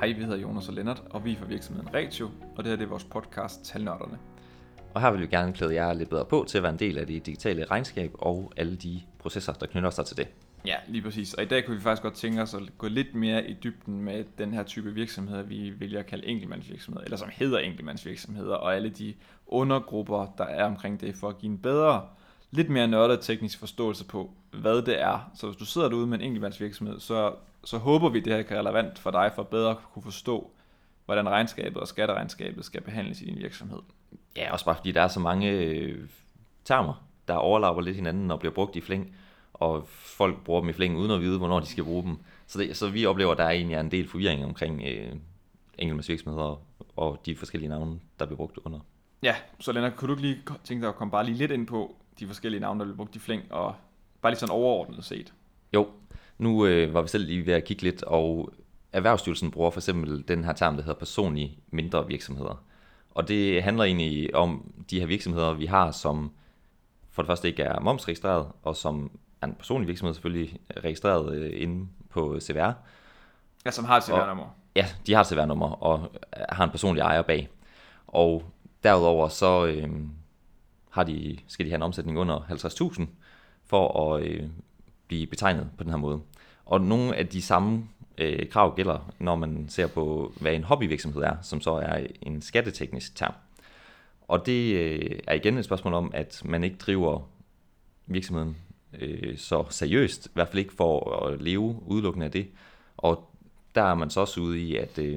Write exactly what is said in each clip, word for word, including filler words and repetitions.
Hej, vi hedder Jonas og Lennart, og vi er fra virksomheden Retio, og det her det er vores podcast Talnørderne. Og her vil vi gerne klæde jer lidt bedre på til at være en del af det digitale regnskab og alle de processer, der knytter sig til det. Ja, lige præcis. Og i dag kunne vi faktisk godt tænke os at gå lidt mere i dybden med den her type virksomheder, vi vælger at kalde enkeltmandsvirksomheder, eller som hedder enkeltmandsvirksomheder, og alle de undergrupper, der er omkring det, for at give en bedre, lidt mere nørdet teknisk forståelse på, hvad det er. Så hvis du sidder derude med en enkeltmandsvirksomhed, så, så håber vi, det her kan være relevant for dig, for at bedre kunne forstå, hvordan regnskabet og skatteregnskabet skal behandles i din virksomhed. Ja, også bare fordi der er så mange øh, termer, der overlapper lidt hinanden og bliver brugt i flæng, og folk bruger dem i flæng uden at vide, hvornår de skal bruge dem. Så, det, så vi oplever, at der er egentlig en del forvirring omkring øh, enkeltmandsvirksomheder og de forskellige navne, der bliver brugt under. Ja, så Lennart, kunne du ikke lige tænke dig at komme bare lige lidt ind på de forskellige navne, der bliver brugt i flæng, og bare lige sådan overordnet set? Jo, nu øh, var vi selv lige ved at kigge lidt, og Erhvervsstyrelsen bruger for eksempel den her term, der hedder personlige mindre virksomheder. Og det handler egentlig om de her virksomheder, vi har, som for det første ikke er momsregistreret, og som er en personlig virksomhed selvfølgelig registreret øh, inde på C V R. Ja, som har et C V R-nummer. Ja, de har et C V R-nummer og har en personlig ejer bag. Og derudover så øh, har de, skal de have en omsætning under halvtreds tusind for at øh, blive betegnet på den her måde. Og nogle af de samme øh, krav gælder, når man ser på, hvad en hobbyvirksomhed er, som så er en skatteteknisk term. Og det øh, er igen et spørgsmål om, at man ikke driver virksomheden øh, så seriøst, i hvert fald ikke for at leve udelukkende af det. Og der er man så også ude i, at, øh,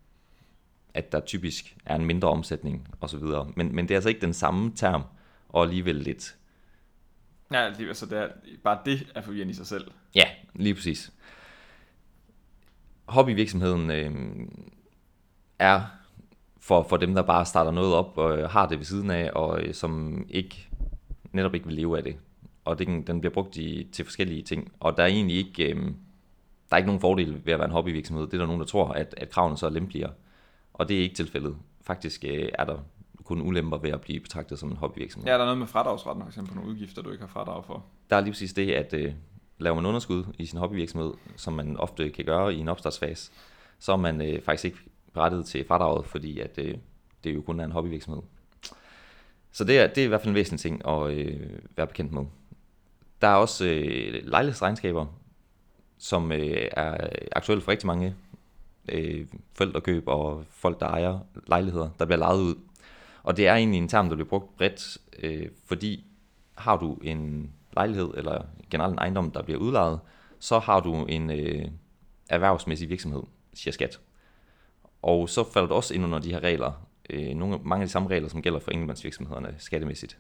at der typisk er en mindre omsætning osv. Men, men det er altså ikke den samme term, og alligevel lidt. Ja, altså det er, bare det er forvirrende i sig selv. Ja, lige præcis. Hobbyvirksomheden øh, er for, for dem, der bare starter noget op og har det ved siden af, og øh, som ikke netop ikke vil leve af det. Og det, den bliver brugt i, til forskellige ting. Og der er egentlig ikke, øh, der er ikke nogen fordel ved at være en hobbyvirksomhed. Det er der nogen, der tror, at, at kravene så er lempeligere. Og det er ikke tilfældet. Faktisk øh, er der kun ulemper ved at blive betragtet som en hobbyvirksomhed. Ja, der er noget med fradragsretten, for eksempel på nogle udgifter, du ikke har fradrag for. Der er lige præcis det, at øh, laver man underskud i sin hobbyvirksomhed, som man ofte kan gøre i en opstartsfase, så er man øh, faktisk ikke berettiget til fradraget, fordi at, øh, det jo kun er en hobbyvirksomhed. Så det er, det er i hvert fald en væsentlig ting at øh, være bekendt med. Der er også øh, lejlighedsregnskaber, som øh, er aktuelle for rigtig mange øh, forældrekøb og folk, der ejer lejligheder, der bliver lejet ud. Og det er egentlig en term, der bliver brugt bredt, øh, fordi har du en lejlighed eller generelt en ejendom, der bliver udlejet, så har du en øh, erhvervsmæssig virksomhed, siger skat. Og så falder du også ind under de her regler, øh, nogle, mange af de samme regler, som gælder for enkeltmandsvirksomhederne skattemæssigt.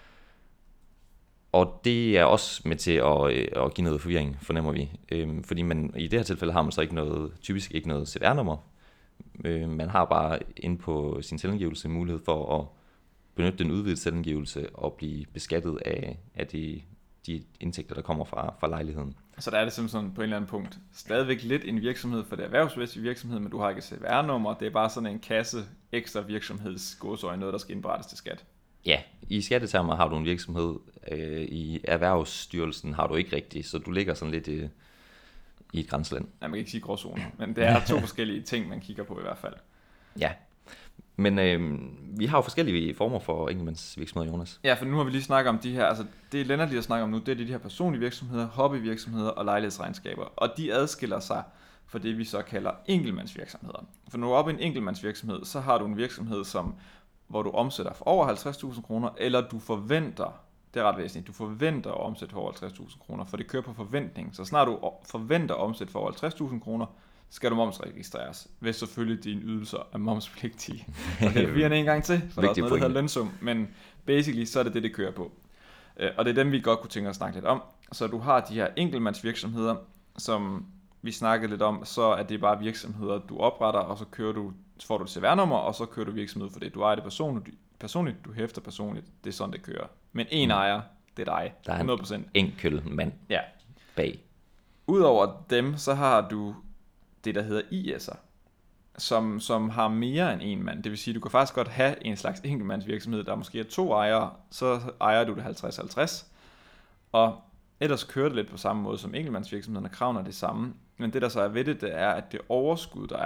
Og det er også med til at, øh, at give noget forvirring, fornemmer vi. Øh, fordi man, i det her tilfælde har man så ikke noget, typisk ikke noget C V R-nummer. Øh, man har bare inde på sin selvangivelse mulighed for at benytte den udvidede selvangivelse og blive beskattet af, af de, de indtægter, der kommer fra, fra lejligheden. Så der er det simpelthen på en eller anden punkt stadigvæk lidt en virksomhed for det erhvervsmæssige virksomhed, men du har ikke C V R-nummer. Det er bare sådan en kasse ekstra virksomhedsgodsøjne, noget der skal indberettes til skat. Ja, i skattetermer har du en virksomhed. Øh, I Erhvervsstyrelsen har du ikke rigtigt, så du ligger sådan lidt i, i et grænseland. Ja, man kan ikke sige gråzone, men det er to forskellige ting, man kigger på i hvert fald. Ja, men øh, vi har jo forskellige former for enkeltmandsvirksomheder, Jonas. Ja, for nu har vi lige snakket om de her, altså det Lennart lige har snakket om nu, det er de her personlige virksomheder, hobbyvirksomheder og lejlighedsregnskaber. Og de adskiller sig fra det, vi så kalder enkeltmandsvirksomheder. For når du er oppe i en enkeltmandsvirksomhed, så har du en virksomhed, som, hvor du omsætter for over halvtreds tusind kroner, eller du forventer, det er ret væsentligt, du forventer at omsætte for over halvtreds tusind kroner, for det kører på forventning. Så snart du forventer at omsætte for over halvtreds tusind kroner, skal du momsregistreres, hvis selvfølgelig dine ydelser er momspligtige. Og det er vi en gang til, for der er også noget, der hedder lønsum, men basically så er det det, det kører på. Og det er dem, vi godt kunne tænke os at snakke lidt om. Så du har de her enkeltmandsvirksomheder, som vi snakkede lidt om, så er det bare virksomheder, du opretter, og så kører du, så får du et C V R-nummer, og så kører du virksomhed for det. Du ejer det personligt, personligt, du hæfter personligt, det er sådan, det kører. Men en ejer, det er dig, der er hundrede procent. En enkelt mand ja. bag. Udover dem, så har du det, der hedder I S'er, som, som har mere end en mand. Det vil sige, du kan faktisk godt have en slags enkeltmandsvirksomhed, der måske er to ejere, så ejer du det halvtreds halvtreds. Og ellers kører det lidt på samme måde som enkeltmandsvirksomheden, og kravene er det samme. Men det, der så er ved det, det er, at det overskud, der er,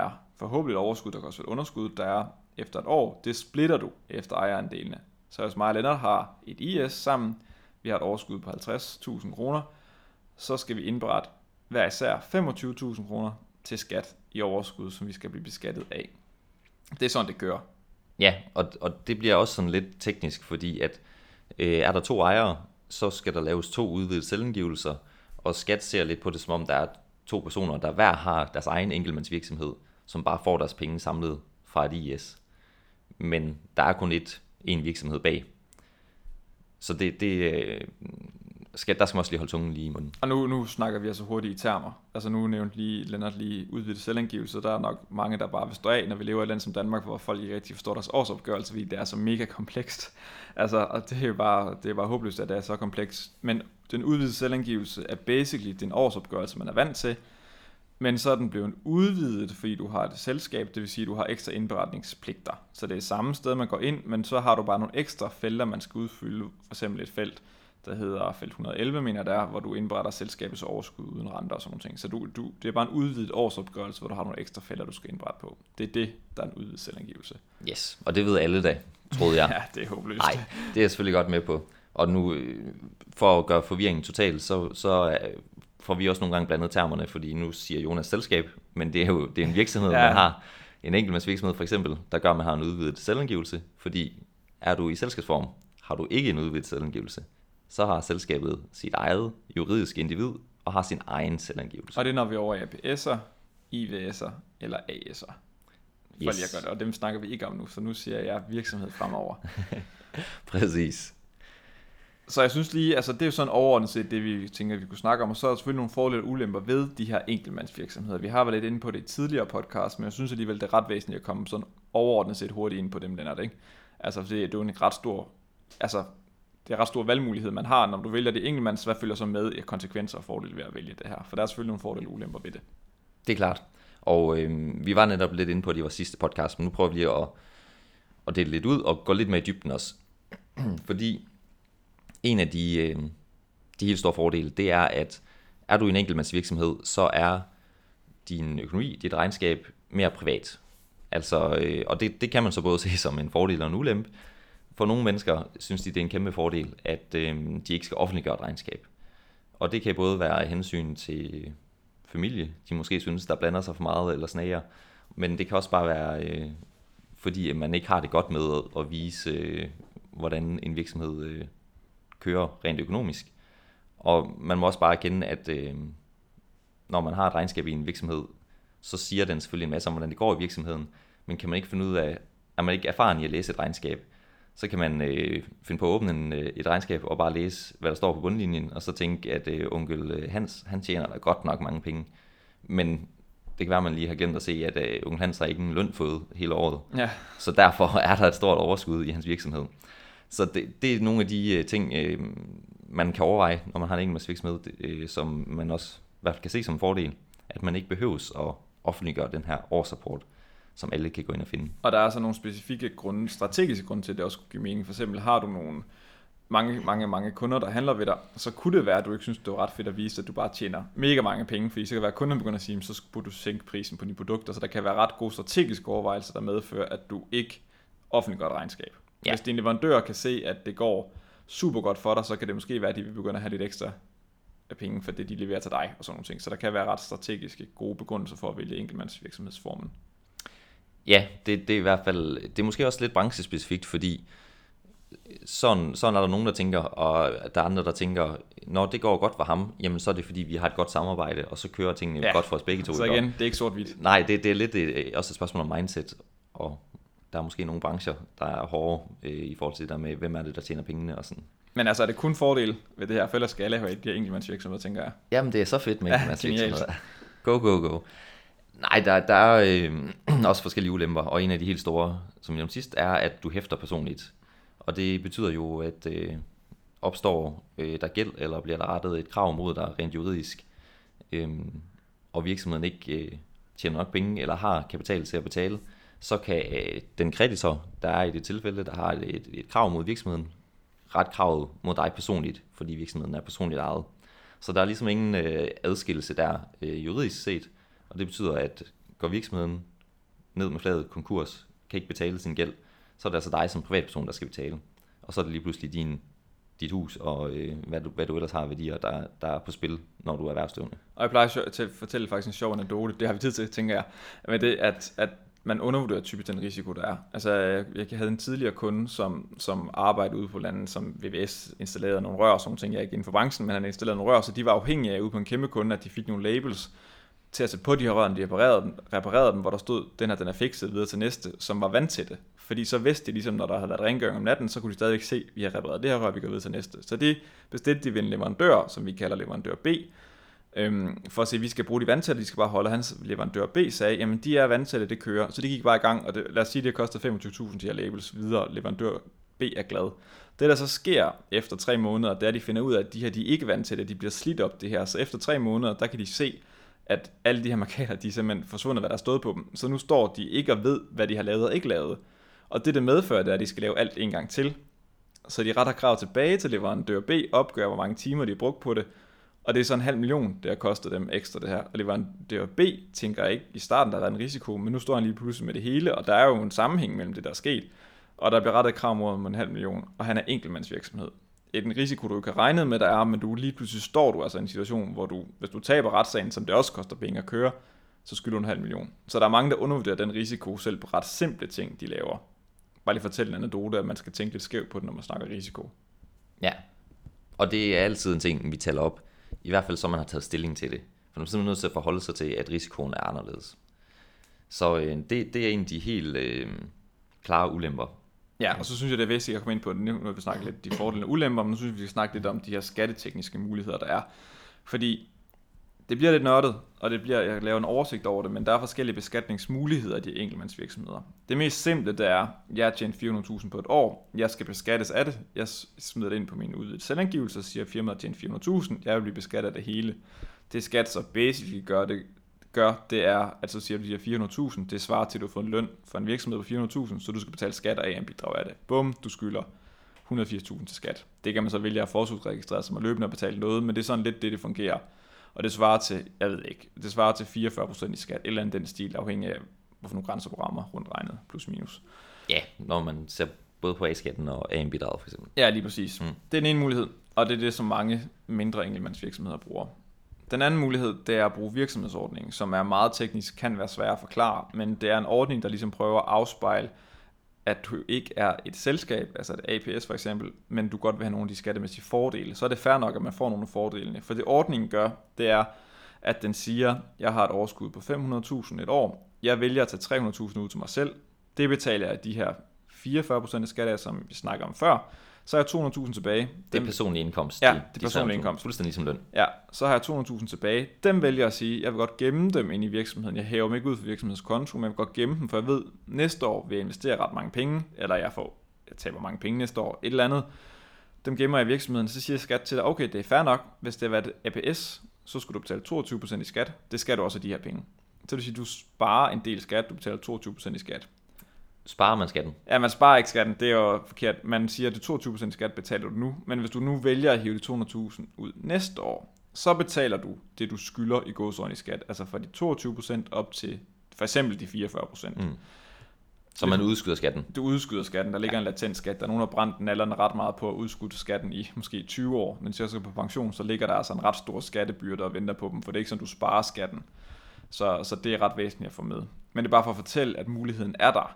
forhåbentlig et overskud, der kan også være et underskud, der er efter et år, det splitter du efter ejerandelene. Så hvis mig og Lennart har et I S sammen, vi har et overskud på halvtreds tusind kroner, så skal vi indberette hver især femogtyve tusind kroner til skat i overskud, som vi skal blive beskattet af. Det er sådan, det gør. Ja, og, og det bliver også sådan lidt teknisk, fordi at øh, er der to ejere, så skal der laves to udvidede selvangivelser, og skat ser lidt på det, som om der er to personer, der hver har deres egen enkeltmandsvirksomhed, som bare får deres penge samlet fra et I S. Men der er kun et, en virksomhed bag. Så det, det skal, der skal man også lige holde tungen lige i munden. Og nu, nu snakker vi altså hurtigt i termer. Altså nu nævnte lige Lennart lige udvidet selvangivelse. Der er nok mange, der bare vil stå af, når vi lever i et land som Danmark, hvor folk ikke rigtig forstår deres årsopgørelse, fordi det er så mega komplekst. Altså, og det er jo bare, det er bare håbløst, at det er så komplekst. Men den udvidede selvangivelse er basically den årsopgørelse, man er vant til. Men så er den blevet udvidet, fordi du har et selskab, det vil sige, at du har ekstra indberetningspligter. Så det er samme sted, man går ind, men så har du bare nogle ekstra felter, man skal udfylde. For eksempel et felt, der hedder felt et hundrede og elleve, mener der, hvor du indberetter selskabets overskud uden renter og sådan noget. Så du, du, det er bare en udvidet årsopgørelse, hvor du har nogle ekstra felter, du skal indberette på. Det er det, der er en udvidet selvangivelse. Yes, og det ved alle da, troede jeg. Ja, det er håbløst. Nej, det er jeg selvfølgelig godt med på. Og nu, for at gøre forvirringen total, så, så får vi også nogle gange blandet termerne, fordi nu siger Jonas selskab, men det er jo det er en virksomhed, ja. Man har. En enkeltmandsvirksomhed for eksempel, der gør, at man har en udvidet selvangivelse, fordi er du i selskabsform, har du ikke en udvidet selvangivelse, så har selskabet sit eget juridiske individ og har sin egen selvangivelse. Og det er, når vi er over i A P S'er, I V S'er eller A S'er. For yes. lige at gøre det, og dem snakker vi ikke om nu, så nu siger jeg virksomhed fremover. Præcis. Så jeg synes lige, altså det er jo sådan overordnet set det, vi tænker, vi kunne snakke om, og så er der selvfølgelig nogle fordele og ulemper ved de her enkeltmandsvirksomheder. Vi har været lidt inde på det i tidligere podcast, men jeg synes alligevel, det er ret væsentligt at komme sådan overordnet set hurtigt ind på dem, Lennart, ikke? Altså det er jo en ret stor, altså det er ret stor valgmulighed, man har, når du vælger det enkeltmands, hvad følger så med i konsekvenser og fordele ved at vælge det her? For der er selvfølgelig nogle fordele og ulemper ved det. Det er klart, og øh, vi var netop lidt inde på det i vores sidste podcast, men nu prøver vi lige at, at dele lidt ud og gå lidt mere i dybden også. Fordi en af de, øh, de helt store fordele, det er, at er du i en enkeltmandsvirksomhed, så er din økonomi, dit regnskab mere privat. Altså, øh, og det, det kan man så både se som en fordel og en ulempe. For nogle mennesker synes de, det er en kæmpe fordel, at øh, de ikke skal offentliggøre et regnskab. Og det kan både være hensyn til familie, de måske synes, der blander sig for meget eller snager. Men det kan også bare være, øh, fordi man ikke har det godt med at vise, øh, hvordan en virksomhed øh, kører rent økonomisk. Og man må også bare erkende, at øh, når man har et regnskab i en virksomhed, så siger den selvfølgelig en masse om, hvordan det går i virksomheden. Men kan man ikke finde ud af, er man ikke erfaren i at læse et regnskab, så kan man øh, finde på at åbne en, øh, et regnskab og bare læse, hvad der står på bundlinjen, og så tænke, at øh, onkel Hans, han tjener da godt nok mange penge. Men det kan være, at man lige har glemt at se, at øh, onkel Hans har ikke en løn fået hele året. Ja. Så derfor er der et stort overskud i hans virksomhed. Så det, det er nogle af de øh, ting, øh, man kan overveje, når man har en enkeltmandsvirksomhed, øh, som man også i hvert fald kan se som en fordel, at man ikke behøves at offentliggøre den her årsrapport, som alle kan gå ind og finde. Og der er altså nogle specifikke grunde, strategiske grunde til, at det også kunne give mening. For eksempel har du nogle mange, mange, mange kunder, der handler ved dig, så kunne det være, at du ikke synes, det var ret fedt at vise, at du bare tjener mega mange penge, fordi så kan være, at kunden begynder at sige, så burde du sænke prisen på dine produkter, så der kan være ret gode strategiske overvejelser, der medfører, at du ikke offentliggør et regnskab. Ja. Hvis din leverandør kan se, at det går super godt for dig, så kan det måske være, at de vil begynde at have lidt ekstra af penge for det, de leverer til dig og sådan nogle ting. Så der kan være ret strategiske gode begrundelser for at vælge enkeltmandsvirksomhedsformen. Ja, det, det er i hvert fald, det er måske også lidt branchespecifikt, fordi sådan, sådan er der nogen, der tænker, og der er andre, der tænker, når det går godt for ham, jamen så er det fordi, vi har et godt samarbejde, og så kører tingene ja. godt for os begge to. Så igen, det er ikke sort-hvidt. Nej, det, det er lidt et, også et spørgsmål om mindset, og der er måske nogle brancher, der er hårde øh, i forhold til det der med, hvem er det, der tjener pengene og sådan. Men altså, er det kun fordel ved det her, for ellers skal alle have et de her enkeltmandsvirksomheder, tænker jeg. Jamen, det er så fedt med enkeltmandsvirksomheder. Go, go, go. Nej, der, der er øh, også forskellige ulemper, og en af de helt store, som jeg nævnte sidst, er, at du hæfter personligt. Og det betyder jo, at øh, opstår øh, der gæld, eller bliver der rettet et krav mod dig rent juridisk, øh, og virksomheden ikke øh, tjener nok penge, eller har kapital til at betale, så kan øh, den kreditor, der er i det tilfælde, der har et, et, et krav mod virksomheden, ret kravet mod dig personligt, fordi virksomheden er personligt ejet. Så der er ligesom ingen øh, adskillelse der øh, juridisk set, og det betyder, at går virksomheden ned med flaget, konkurs, kan ikke betale sin gæld, så er det altså dig som privatperson, der skal betale. Og så er det lige pludselig din, dit hus og øh, hvad, du, hvad du ellers har værdier, der, der er på spil, når du er erhvervsdrivende. Og jeg plejer at fortælle faktisk en sjov anekdote, det har vi tid til, tænker jeg, med det, at, at man undervurderer typisk den risiko, der er. Altså, jeg havde en tidligere kunde, som, som arbejdede ude på landet, som V V S installerede nogle rør, sådan nogle ting, jeg er ikke inden for branchen, men han installerede nogle rør, så de var afhængige af ude på en kæmpe kunde, at de fik nogle labels til at sætte på de her rør, når de reparerede dem, reparerede dem, hvor der stod, den her den er fikset videre til næste, som var vandtætte. Fordi så vidste de ligesom, når der havde været rengøring om natten, så kunne de stadigvæk se, at vi har repareret det her rør, vi går videre til næste. Så det bestilte de ved en leverandør, som vi kalder leverandør B, øhm, for at se, at vi skal bruge de vandtætte, de skal bare holde. Hans leverandør B sagde, jamen de er vandtætte, det kører. Så de gik bare i gang, og det, lad os sige, det kostede femogtyve tusind de her labels videre. Leverandør B er glad. Det der så sker efter tre måneder, det er, at de finder ud af, at de her de ikke vandtætte, de bliver slidt op det her. Så efter tre måneder, der kan de se, at alle de her markader, de er simpelthen forsvundet, hvad der stod på dem. Så nu står de ikke og ved, hvad de har lavet og ikke lavet. Og det, det medfører, det er, at de skal lave alt en gang til. Så de retter krav tilbage til leverandør B, opgør, hvor mange timer de har brugt på det. Og det er så en halv million, det har kostet dem ekstra det her. Og leverandør B tænker ikke i starten, der har været en risiko, men nu står han lige pludselig med det hele, og der er jo en sammenhæng mellem det, der er sket. Og der bliver rettet krav mod en halv million, og han er enkeltmandsvirksomhed. Det er en risiko, du ikke har regnet med, der er, men du lige pludselig står du altså i en situation, hvor du, hvis du taber retssagen, som det også koster penge at køre, så skylder du en halv million. Så der er mange, der undervurderer den risiko selv på ret simple ting, de laver. Bare lige fortælle en anekdote, at man skal tænke lidt skævt på det, når man snakker risiko. Ja, og det er altid en ting, vi taler op. I hvert fald så man har taget stilling til det. For man er simpelthen nødt til at forholde sig til, at risikoen er anderledes. Så øh, det, det er en af de helt øh, klare ulemper. Ja, og så synes jeg, det er væsentligt at komme ind på det. Nu har vi snakket lidt de fordele og ulemper, men nu synes jeg, vi skal snakke lidt om de her skattetekniske muligheder, der er. Fordi det bliver lidt nørdet, og det bliver, jeg laver en oversigt over det, men der er forskellige beskatningsmuligheder i de enkeltmandsvirksomheder. Det mest simple, det er, jeg har tjent fire hundrede tusind på et år, jeg skal beskattes af det, jeg smider det ind på min udvidede selvangivelse og siger, at firmaet har tjent fire hundrede tusind, jeg vil blive beskattet af det hele. Det skat så basic gør, det gør, det er, at så siger du, at de her fire hundrede tusind, det svarer til, at du får en løn for en virksomhed på fire hundrede tusind, så du skal betale skat af en bidrag af det. Bum, du skylder et hundrede og firs tusind til skat. Det kan man så vælge at forskudsregistrere, som er løbende at betale noget, men det er sådan lidt det, det fungerer. Og det svarer til, jeg ved ikke, det svarer til fireogfyrre procent i skat, eller andet den stil, afhængig af, hvorfor nogle grænser du rammer, rundt regnet, plus minus. Ja, når man ser både på A-skatten og A M-bidraget for eksempel. Ja, lige præcis. Mm. Det er den ene mulighed, og det er det, som mange mindre enkeltmandsvirksomheder bruger. Den anden mulighed, det er at bruge virksomhedsordningen, som er meget teknisk, kan være svær at forklare, men det er en ordning, der ligesom prøver at afspejle, at du ikke er et selskab, altså et A P S for eksempel, men du godt vil have nogle af de skattemæssige fordele, så er det fair nok, at man får nogle af fordelene. For det ordningen gør, det er, at den siger, jeg har et overskud på fem hundrede tusind et år, jeg vælger at tage tre hundrede tusind ud til mig selv, det betaler jeg de her fireogfyrre procent af skat af, som vi snakker om før, så har jeg to hundrede tusind tilbage. Det er personlig indkomst. Ja, det er personlig indkomst. Fuldstændig som løn. Ja, så har jeg to hundrede tusind tilbage. Dem vælger jeg at sige, jeg vil godt gemme dem ind i virksomheden. Jeg hæver dem ikke ud for virksomhedskonto, men jeg vil godt gemme dem, for jeg ved, næste år vil jeg investere ret mange penge, eller jeg får, jeg taber mange penge næste år, et eller andet. Dem gemmer jeg i virksomheden, så siger jeg skat til dig, okay, det er fair nok, hvis det har været A P S, så skulle du betale toogtyve procent i skat. Det skal du også af de her penge. Så det vil sige, at du sparer en del skat, du betaler toogtyve procent i skat. Sparer man skatten? Ja, man sparer ikke skatten, det er jo forkert. Man siger, at det toogtyve procent skat betaler du nu, men hvis du nu vælger at hive de to hundrede tusind ud næste år, så betaler du det, du skylder i gåseøjne i skat. Altså fra de toogtyve procent op til for eksempel de fireogfyrre procent. Mm. Så man udskyder skatten? Du udskyder skatten. Der ligger ja. en latent skat. Der er nogen, der har brændt nallerne ret meget på at udskyde skatten i måske tyve år. Men hvis jeg skal på pension, så ligger der altså en ret stor skattebyrde og venter på dem, for det er ikke sådan, du sparer skatten. Så, så det er ret væsentligt at få med. Men det er bare for at fortælle, at muligheden er der,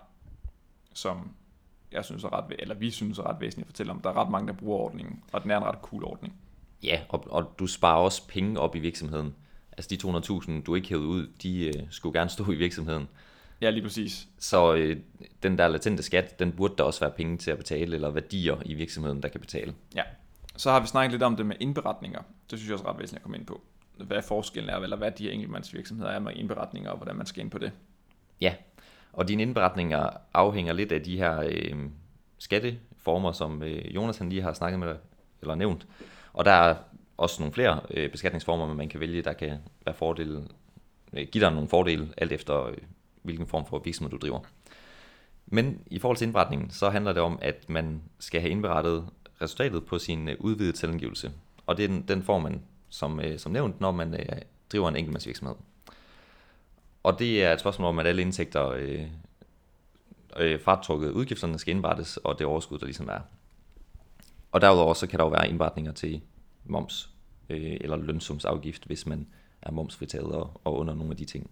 som jeg synes er ret, eller vi synes er ret væsentligt at fortælle om. Der er ret mange, der bruger ordningen, og den er en ret cool ordning. Ja, og, og du sparer også penge op i virksomheden. Altså de to hundrede tusind, du ikke hævede ud, de øh, skulle gerne stå i virksomheden. Ja, lige præcis. Så øh, den der latente skat, den burde der også være penge til at betale, eller værdier i virksomheden, der kan betale. Ja, så har vi snakket lidt om det med indberetninger. Det synes jeg også er ret væsentligt at komme ind på. Hvad forskellen er, eller hvad de her enkeltmandsvirksomheder er med indberetninger, og hvordan man skal ind på det. Ja, og dine indberetninger afhænger lidt af de her øh, skatteformer, som øh, Jonas han lige har snakket med, eller nævnt. Og der er også nogle flere øh, beskatningsformer, man kan vælge, der kan være fordele, øh, give dig nogle fordele, alt efter øh, hvilken form for virksomhed du driver. Men i forhold til indberetningen, så handler det om, at man skal have indberettet resultatet på sin øh, udvidede selvangivelse. Og det er den, den får man, som, øh, som nævnt, når man øh, driver en enkeltmandsvirksomhed. Og det er et spørgsmål om, at alle indtægter øh, øh, fratrukket udgifterne skal indberettes, og det overskud, der ligesom er. Og derudover så kan der jo være indberetninger til moms øh, eller lønsumsafgift, hvis man er momsfritaget og, og under nogle af de ting.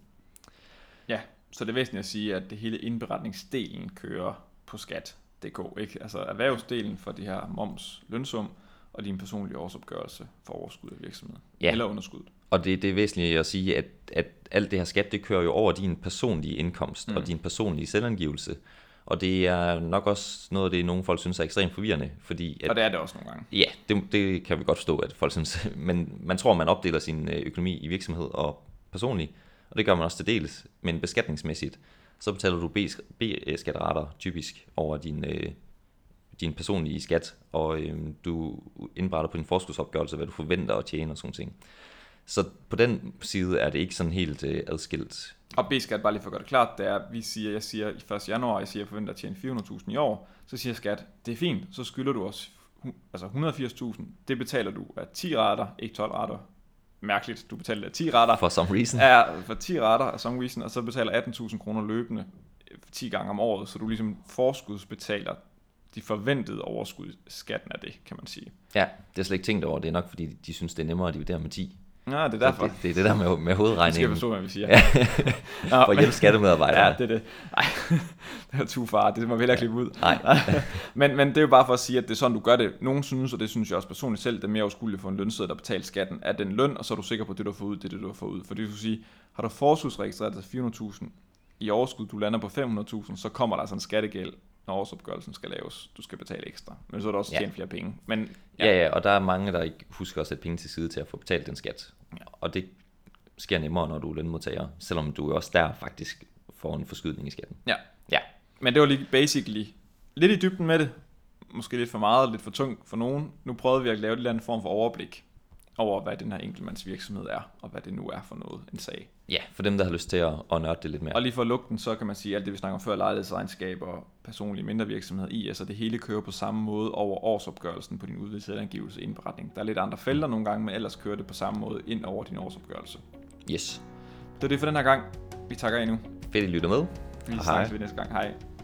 Ja, så det er væsentligt at sige, at det hele indberetningsdelen kører på skat punktum d k, ikke? Altså erhvervsdelen for de her moms, lønsum og din personlige årsopgørelse for overskud af virksomheden, ja. Eller underskud. Og det, det er væsentligt at sige, at, at alt det her skat, det kører jo over din personlige indkomst mm. og din personlige selvangivelse. Og det er nok også noget af det, nogle folk synes er ekstremt forvirrende. Fordi at, og det er det også nogle gange. Ja, det, det kan vi godt forstå, at folk synes. Men man tror, man opdeler sin økonomi i virksomhed og personlig, og det gør man også til dels. Men beskatningsmæssigt, så betaler du B-skatterater typisk over din, øh, din personlige skat, og øh, du indberetter på din forskudsopgørelse, hvad du forventer at tjene og sådan ting. Så på den side er det ikke sådan helt øh, adskilt. Og B-skat, bare lige for at gøre det klart, det er, vi siger, jeg siger i første januar, jeg siger, jeg forventer at tjene fire hundrede tusind i år, så siger skat, det er fint, så skylder du os altså et hundrede og firs tusind, det betaler du af ti rater, ikke tolv rater. Mærkeligt, du betaler af ti rater. For some reason. Ja, for ti rater af some reason, og så betaler atten tusind kroner løbende ti gange om året, så du ligesom forskudsbetaler de forventede overskud skatten af det, kan man sige. Ja, det er slet ikke tænkt over, det er nok fordi, de synes, det er nemmere at dividere med ti. Ja, det er derfor. Det, det er det der med, med hovedregningen. Det skal jeg forstå, hvad vi siger. Ja. For at hjælpe skattemedarbejdere. Ja, det er det. Ej, det er too far, det må vi heller klippe ud. Nej. men, men det er jo bare for at sige, at det er sådan, du gør det. Nogen synes, og det synes jeg også personligt selv, det er mere afskyldigt for en lønseddel, der betaler skatten af den løn, og så er du sikker på, at det du har fået ud, det er det du har fået ud. For det vil sige, har du forskudsregistreret til fire hundrede tusind i overskud, du lander på fem hundrede tusind, så kommer der altså en skattegæld, når årsopgørelsen skal laves. Du skal betale ekstra. Men så er der også tjent ja. flere penge. Men, ja. ja, ja, og der er mange, der ikke husker at sætte penge til side til at få betalt den skat. Ja. Og det sker nemmere, når du er lønmodtager, selvom du også der faktisk får en forskydning i skatten. Ja, ja. Men det var lige basically lidt i dybden med det. Måske lidt for meget, lidt for tungt for nogen. Nu prøvede vi at lave en eller anden form for overblik over, hvad den her enkeltmandsvirksomhed er, og hvad det nu er for noget, en sag. Ja, for dem, der har lyst til at, at nørde det lidt mere. Og lige for at lukke den, så kan man sige, at alt det, vi snakker om før, lejlighedsregnskaber, personlige mindre virksomheder i, altså det hele kører på samme måde over årsopgørelsen på din udvidede angivelse indberetning. Der er lidt andre felter nogle gange, men ellers kører det på samme måde ind over din årsopgørelse. Yes. Det er det for den her gang. Vi takker af nu. Fedt, I lytter med. Vi ses ved næste gang. Hej.